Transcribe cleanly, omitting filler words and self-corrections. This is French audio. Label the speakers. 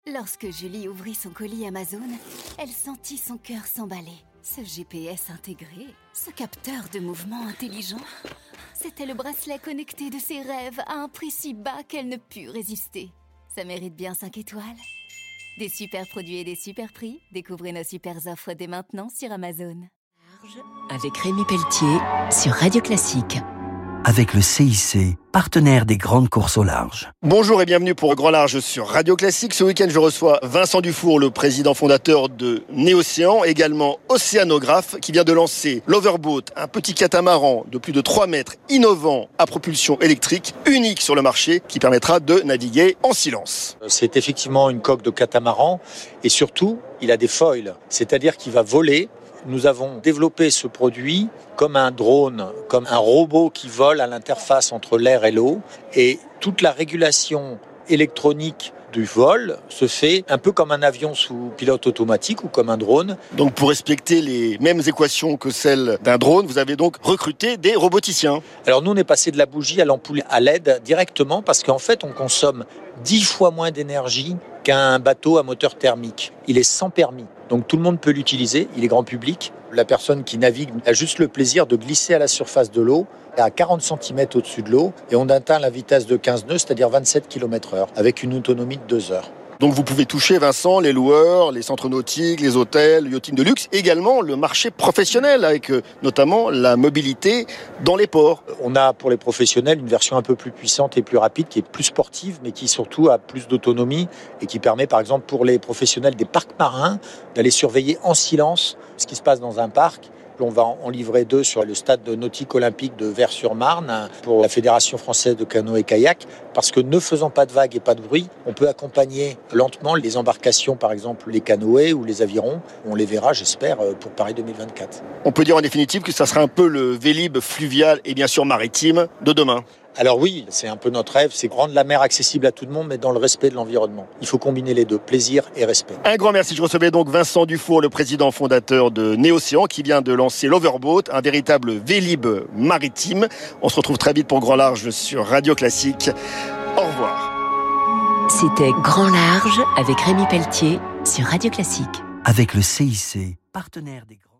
Speaker 1: Lorsque Julie ouvrit son colis Amazon, elle sentit son cœur s'emballer. Ce GPS intégré, ce capteur de mouvement intelligent, c'était le bracelet connecté de ses rêves à un prix si bas qu'elle ne put résister. Ça mérite bien 5 étoiles. Des super produits et des super prix, découvrez nos super offres dès maintenant sur Amazon.
Speaker 2: Avec Rémi Pelletier sur Radio Classique.
Speaker 3: Avec le CIC, partenaire des grandes courses au large.
Speaker 4: Bonjour et bienvenue pour Grand Large sur Radio Classique. Ce week-end, je reçois Vincent Dufour, le président fondateur de Néocéan, également océanographe, qui vient de lancer l'Overboat, un petit catamaran de plus de 3 mètres, innovant à propulsion électrique, unique sur le marché, qui permettra de naviguer en silence.
Speaker 5: C'est effectivement une coque de catamaran et surtout, il a des foils, c'est-à-dire qu'il va voler. Nous avons développé ce produit comme un drone, comme un robot qui vole à l'interface entre l'air et l'eau. Et toute la régulation électronique du vol se fait un peu comme un avion sous pilote automatique ou comme un drone.
Speaker 4: Donc pour respecter les mêmes équations que celles d'un drone, vous avez donc recruté des roboticiens.
Speaker 5: Alors nous, on est passé de la bougie à l'ampoule à LED directement parce qu'en fait, on consomme 10 fois moins d'énergie qu'un bateau à moteur thermique. Il est sans permis. Donc tout le monde peut l'utiliser, il est grand public. La personne qui navigue a juste le plaisir de glisser à la surface de l'eau, à 40 cm au-dessus de l'eau, et on atteint la vitesse de 15 nœuds, c'est-à-dire 27 km/h, avec une autonomie de 2 heures.
Speaker 4: Donc vous pouvez toucher, Vincent, les loueurs, les centres nautiques, les hôtels, le yachting de luxe, également le marché professionnel, avec notamment la mobilité dans les ports.
Speaker 5: On a pour les professionnels une version un peu plus puissante et plus rapide, qui est plus sportive, mais qui surtout a plus d'autonomie, et qui permet par exemple pour les professionnels des parcs marins d'aller surveiller en silence ce qui se passe dans un parc. On va en livrer 2 sur le stade nautique olympique de Vers-sur-Marne pour la Fédération française de canoë-kayak, parce que ne faisant pas de vagues et pas de bruit, on peut accompagner lentement les embarcations, par exemple les canoës ou les avirons. On les verra, j'espère, pour Paris 2024.
Speaker 4: On peut dire en définitive que ça sera un peu le Vélib fluvial et bien sûr maritime de demain.
Speaker 5: Alors oui, c'est un peu notre rêve, c'est rendre la mer accessible à tout le monde, mais dans le respect de l'environnement. Il faut combiner les deux, plaisir et respect.
Speaker 4: Un grand merci. Je recevais donc Vincent Dufour, le président fondateur de Néocéan, qui vient de lancer l'Overboat, un véritable Vélib maritime. On se retrouve très vite pour Grand Large sur Radio Classique. Au revoir.
Speaker 2: C'était Grand Large avec Rémi Pelletier sur Radio Classique.
Speaker 3: Avec le CIC, partenaire des grandes